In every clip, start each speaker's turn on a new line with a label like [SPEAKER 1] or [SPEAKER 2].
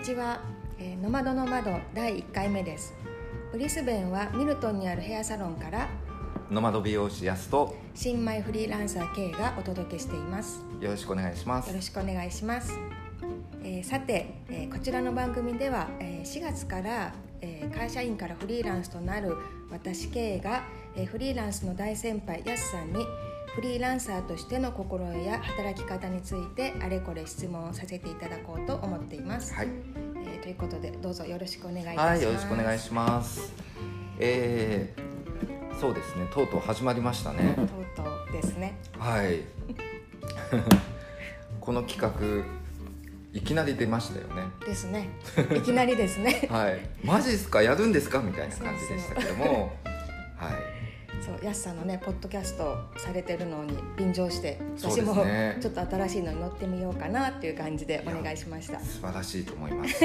[SPEAKER 1] ちは、ノマドの窓第1回目です。ブリスベンはミルトンにあるヘアサロンから
[SPEAKER 2] ノマド美容師やすと
[SPEAKER 1] 新米フリーランサー K がお届けしています。
[SPEAKER 2] よろしくお願いします。
[SPEAKER 1] よろしくお願いします。さて、こちらの番組では、4月から、会社員からフリーランスとなる私 K が、フリーランスの大先輩やすさんにフリーランサーとしての心得や働き方についてあれこれ質問をさせていただこうと思っています。
[SPEAKER 2] はい、
[SPEAKER 1] ということでどうぞよろしくお願いいたします。
[SPEAKER 2] はい、よろしくお願いします。そうですね、とうとう始まりましたね。
[SPEAKER 1] とうとうですね。
[SPEAKER 2] はいこの企画いきなり出ましたよね。
[SPEAKER 1] ですね。いきなりですね
[SPEAKER 2] はい、マジですか、やるんですかみたいな感じでしたけどもはい、
[SPEAKER 1] そうやすさんのねポッドキャストされてるのに便乗して私もちょっと新しいのに乗ってみようかなっていう感じでお願いしました。
[SPEAKER 2] 素晴らしいと思います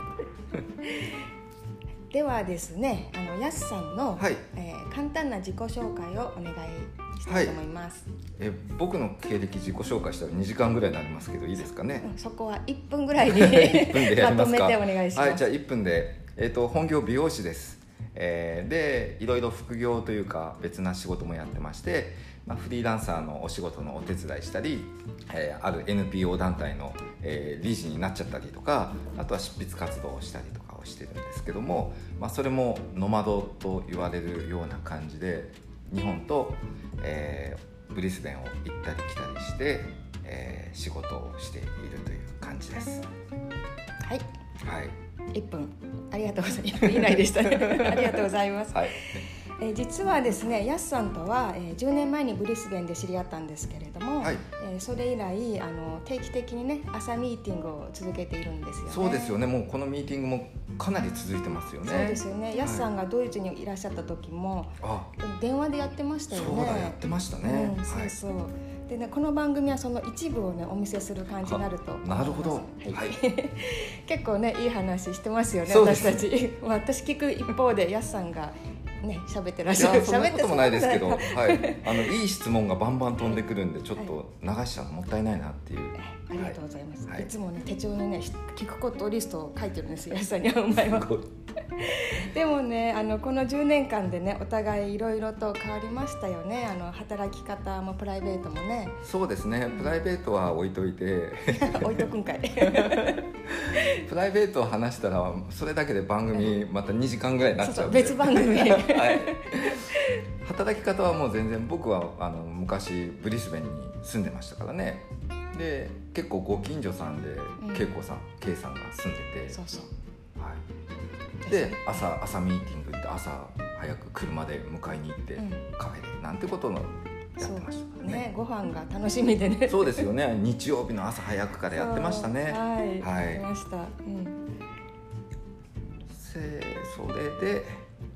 [SPEAKER 1] ではですね、やすさんの、
[SPEAKER 2] はい、
[SPEAKER 1] 簡単な自己紹介をお願いしたいと思います。
[SPEAKER 2] はい、僕の経歴自己紹介したら2時間ぐらいになりますけどいいですかね。
[SPEAKER 1] そこは1分ぐらいに
[SPEAKER 2] 1分でやりますか。
[SPEAKER 1] まとめてお願いします。
[SPEAKER 2] はい、じゃあ1分で、本業美容師です。でいろいろ副業というか別な仕事もやってまして、フリーランサーのお仕事のお手伝いしたり、ある NPO 団体の、理事になっちゃったりとか、あとは執筆活動をしたりとかをしてるんですけども、それもノマドと言われるような感じで日本と、ブリスベンを行ったり来たりして、仕事をしているという感じです。
[SPEAKER 1] はい、
[SPEAKER 2] はい、
[SPEAKER 1] 1分ありがとうございます。1分以内でしたねありがとうございます。
[SPEAKER 2] はい、
[SPEAKER 1] 実はですね、やすさんとは、10年前にブリスベンで知り合ったんですけれども、はい、それ以来定期的にね朝ミーティングを続けているんですよね。
[SPEAKER 2] そうですよね。もうこのミーティングもかなり続いてますよね。
[SPEAKER 1] そうですよね。やすさんがドイツにいらっしゃった時も、電話でやってましたよね。
[SPEAKER 2] そうだ、やってましたね。
[SPEAKER 1] そうそう。でね、この番組はその一部をねお見せする感じになると思います。
[SPEAKER 2] なるほど、はい
[SPEAKER 1] 結構ねいい話してますよね、
[SPEAKER 2] 私
[SPEAKER 1] たち私聞く一方でやすさんがね喋ってらっしゃる。
[SPEAKER 2] そんなこともないですけど、はい、いい質問がバンバン飛んでくるんでちょっと流しちゃうのもったいないなっていう、
[SPEAKER 1] ありがとうございます、
[SPEAKER 2] はい、
[SPEAKER 1] いつもね手帳にね聞くことリストを書いてるんですよ、やすさんには。お前はでもねこの10年間でねお互いいろいろと変わりましたよね。働き方もプライベートもね。
[SPEAKER 2] そうですね、プライベートは置いといて
[SPEAKER 1] 置いとくんかい
[SPEAKER 2] プライベートを話したらそれだけで番組また2時間ぐらいになっちゃうんで、
[SPEAKER 1] 別番組
[SPEAKER 2] はい、働き方はもう全然僕は昔ブリスベンに住んでましたからね。で結構ご近所さんで、K 子さん K さんが住んでて、
[SPEAKER 1] そうそう、
[SPEAKER 2] はい、で朝ミーティングって朝早く車で迎えに行って、カフェでなんてことのやってましたからね。
[SPEAKER 1] ご飯が楽しみでね。
[SPEAKER 2] そうですよね、日曜日の朝早くからやってましたね。
[SPEAKER 1] はい、やってました、
[SPEAKER 2] それで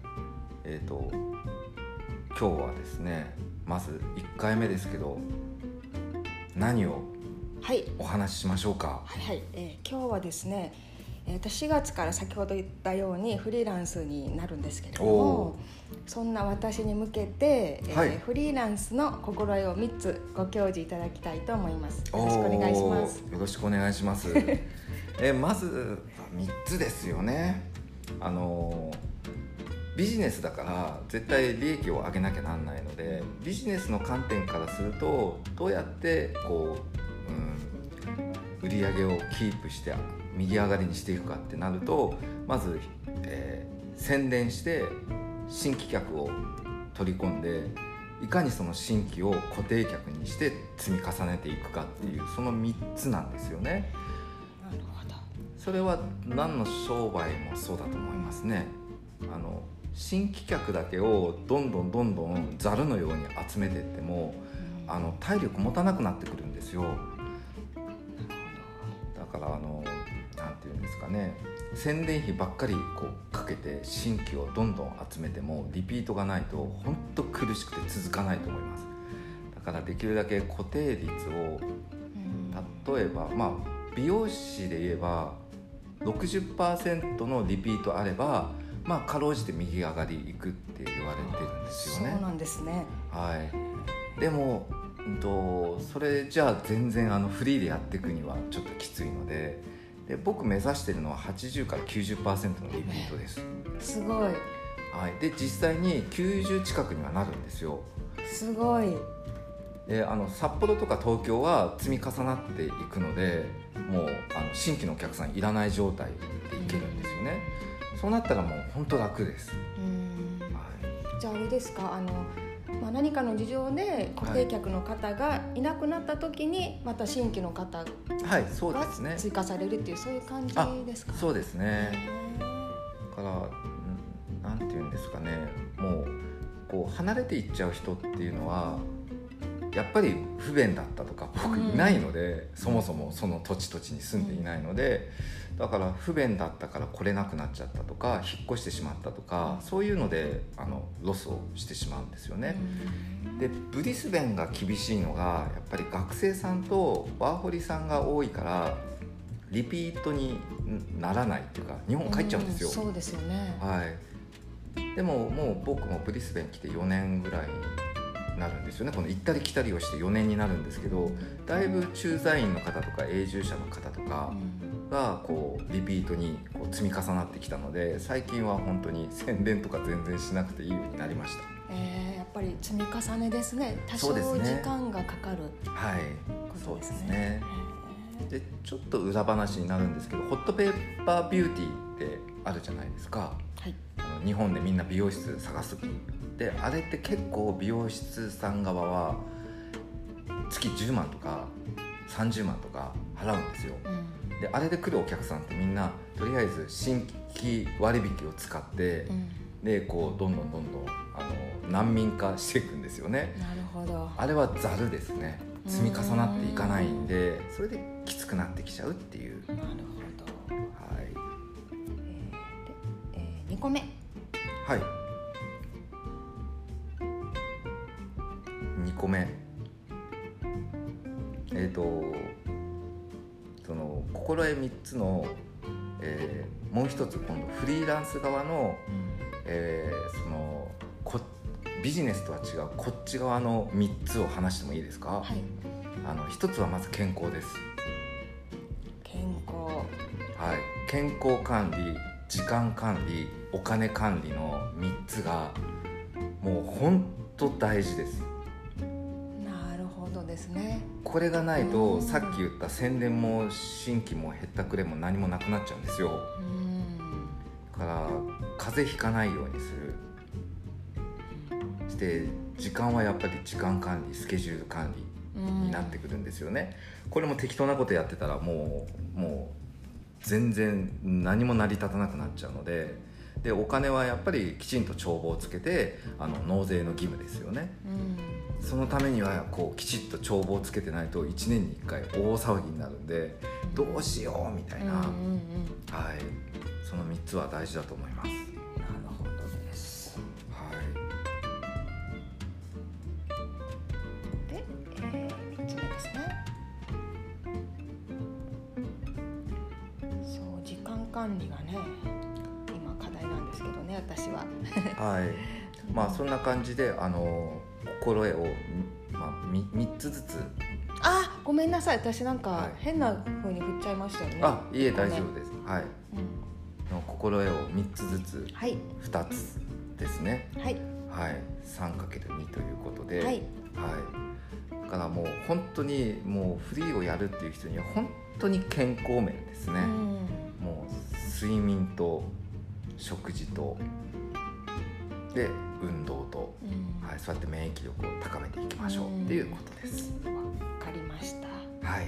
[SPEAKER 2] 今日はですね、まず1回目ですけど何をお話ししましょうか。
[SPEAKER 1] 今日はですね、4月から先ほど言ったようにフリーランスになるんですけれども、そんな私に向けて、フリーランスの心得を3つご教示いただきたいと思います。よろしくお願いします。
[SPEAKER 2] よろしくお願いしますまず3つですよね。ビジネスだから絶対利益を上げなきゃなんないので、ビジネスの観点からするとどうやって売り上げをキープして右上がりにしていくかってなると、まず、宣伝して新規客を取り込んで、いかにその新規を固定客にして積み重ねていくかっていう、その3つなんですよね。
[SPEAKER 1] なるほど。
[SPEAKER 2] それは何の商売もそうだと思いますね。新規客だけをどんどんザルのように集めていっても、体力持たなくなってくるんですよ。だからなんていうんですかね、宣伝費ばっかりかけて新規をどんどん集めてもリピートがないと本当苦しくて続かないと思います。だからできるだけ固定率を、例えば美容師で言えば 60% のリピートあれば、かろうじて右上がりいくって言われてるんですよね。
[SPEAKER 1] そうなんですね。
[SPEAKER 2] はい。でもそれじゃあ全然フリーでやっていくにはちょっときついので、 で僕目指しているのは80から 90% のリピートです。
[SPEAKER 1] すごい。
[SPEAKER 2] はい、で実際に90近くにはなるんですよ。
[SPEAKER 1] すごい。
[SPEAKER 2] で札幌とか東京は積み重なっていくので、もう新規のお客さんいらない状態でいけるんですよね。そうなったらもう本当楽です。はい、
[SPEAKER 1] じゃああれですか、何かの事情で固定客の方がいなくなった時にまた新規の方が追加されるっていう、そういう感じですか？
[SPEAKER 2] そうですね。だからなんていうんですかね、もうこう離れていっちゃう人っていうのはやっぱり不便だったとか僕いないので、そもそもその土地に住んでいないので、だから不便だったから来れなくなっちゃったとか引っ越してしまったとか、そういうのでロスをしてしまうんですよね。でブリスベンが厳しいのがやっぱり学生さんとワーホリさんが多いからリピートにならないっていうか日本帰っちゃうんですよ。
[SPEAKER 1] そうですよね。
[SPEAKER 2] はい、でももう僕もブリスベン来て4年ぐらいになるんですよね。この行ったり来たりをして4年になるんですけど、だいぶ駐在員の方とか永住者の方とかがこうリピートにこう積み重なってきたので、最近は本当に宣伝とか全然しなくていいようになりました。
[SPEAKER 1] やっぱり積み重ねですね。多少時間がかかることですね。そうですね。
[SPEAKER 2] でちょっと裏話になるんですけど、ホットペーパービューティーってあるじゃないですか。はい、日本でみんな美容室探す時で、あれって結構美容室さん側は月10万とか30万とか払うんですよ。であれで来るお客さんってみんなとりあえず新規割引を使って、でこうどんどん難民化していくんですよね。
[SPEAKER 1] なるほど。
[SPEAKER 2] あれはざるですね。積み重なっていかないんで、それできつくなってきちゃうっていう。
[SPEAKER 1] なるほど。はい。2個目。
[SPEAKER 2] はい。2個目。その心得3つの、もう一つ今度フリーランス側の、そのビジネスとは違うこっち側の3つを話してもいいですか？はい。1つはまず健康です。
[SPEAKER 1] 健康。
[SPEAKER 2] はい。健康管理、時間管理、お金管理の3つがもう本当大事です。
[SPEAKER 1] なるほどですね。
[SPEAKER 2] これがないとさっき言った宣伝も新規もへったくれも何もなくなっちゃうんですよ。だから風邪ひかないようにする。して時間はやっぱり時間管理、スケジュール管理になってくるんですよね。これも適当なことやってたらもう全然何も成り立たなくなっちゃうので、お金はやっぱりきちんと帳簿をつけて納税の義務ですよね。そのためにはこうきちっと帳簿をつけてないと1年に1回大騒ぎになるんで、どうしようみたいな、はい、その3つは大事だと思います。
[SPEAKER 1] なるほどです。
[SPEAKER 2] はい。
[SPEAKER 1] で、3つ目ですね。そう、時間管理がね今課題なんですけどね、私は。
[SPEAKER 2] はい。まあそんな感じで心得を、3つずつ。
[SPEAKER 1] ごめんなさい、私なんか変な風に振っちゃいましたよね。
[SPEAKER 2] いえ大丈夫です。はい。心得を3つずつ、
[SPEAKER 1] はい、
[SPEAKER 2] 2つですね。
[SPEAKER 1] はい。
[SPEAKER 2] はい。3×2 ということで、
[SPEAKER 1] はい。
[SPEAKER 2] だからもう本当にもうフリーをやるっていう人には本当に健康面ですね。もう睡眠と食事とで運動と、そうやって免疫力を高めていきましょうっていうことです。
[SPEAKER 1] わかりました。
[SPEAKER 2] はい。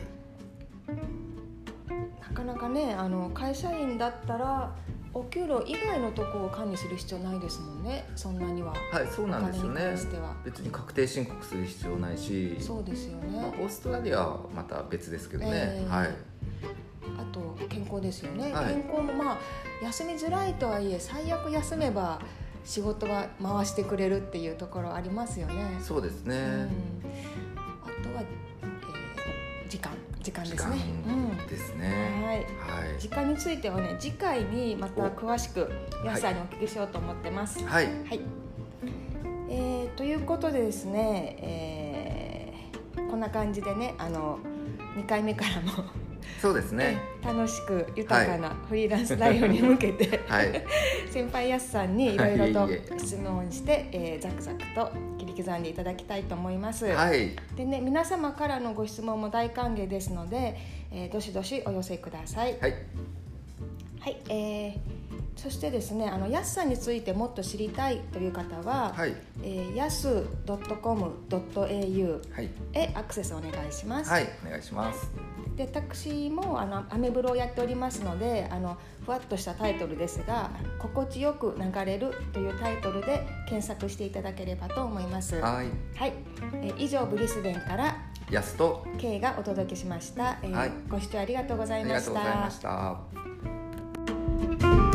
[SPEAKER 1] なかなかね、会社員だったらお給料以外のところを管理する必要ないですもんね。そんなには。
[SPEAKER 2] はい、そうなんですよね。別に確定申告する必要ないし。
[SPEAKER 1] そうですよね。
[SPEAKER 2] オーストラリアはまた別ですけどね。はい。
[SPEAKER 1] あと健康ですよね。健康も休みづらいとはいえ、最悪休めば仕事は回してくれるっていうところありますよね。
[SPEAKER 2] そうですね。
[SPEAKER 1] あとは、時間ですね。
[SPEAKER 2] ですね。
[SPEAKER 1] はい。時間についてはね、次回にまた詳しく皆さんにお聞きしようと思ってます。
[SPEAKER 2] はい。
[SPEAKER 1] はい。ということでですね、こんな感じでね、2回目からも
[SPEAKER 2] そうですね、
[SPEAKER 1] 楽しく豊かなフリーランスライフに向けて、はい、先輩やすさんにいろいろと質問して、ザクザクと切り刻んでいただきたいと思います、はい、でね、皆様からのご質問も大歓迎ですので、どしどしお寄せください。はい、はい、そしてですね、やすさんについてもっと知りたいという方は、はい、yas.com.au へアクセスお願いします。
[SPEAKER 2] はい、お願いします。
[SPEAKER 1] で、私もアメブロをやっておりますので、ふわっとしたタイトルですが、心地よく流れるというタイトルで検索していただければと思います。はい、はい、以上ブリスベンから
[SPEAKER 2] やすと
[SPEAKER 1] K がお届けしました。はい、ご視聴ありがとうございました。
[SPEAKER 2] ありがとうございました。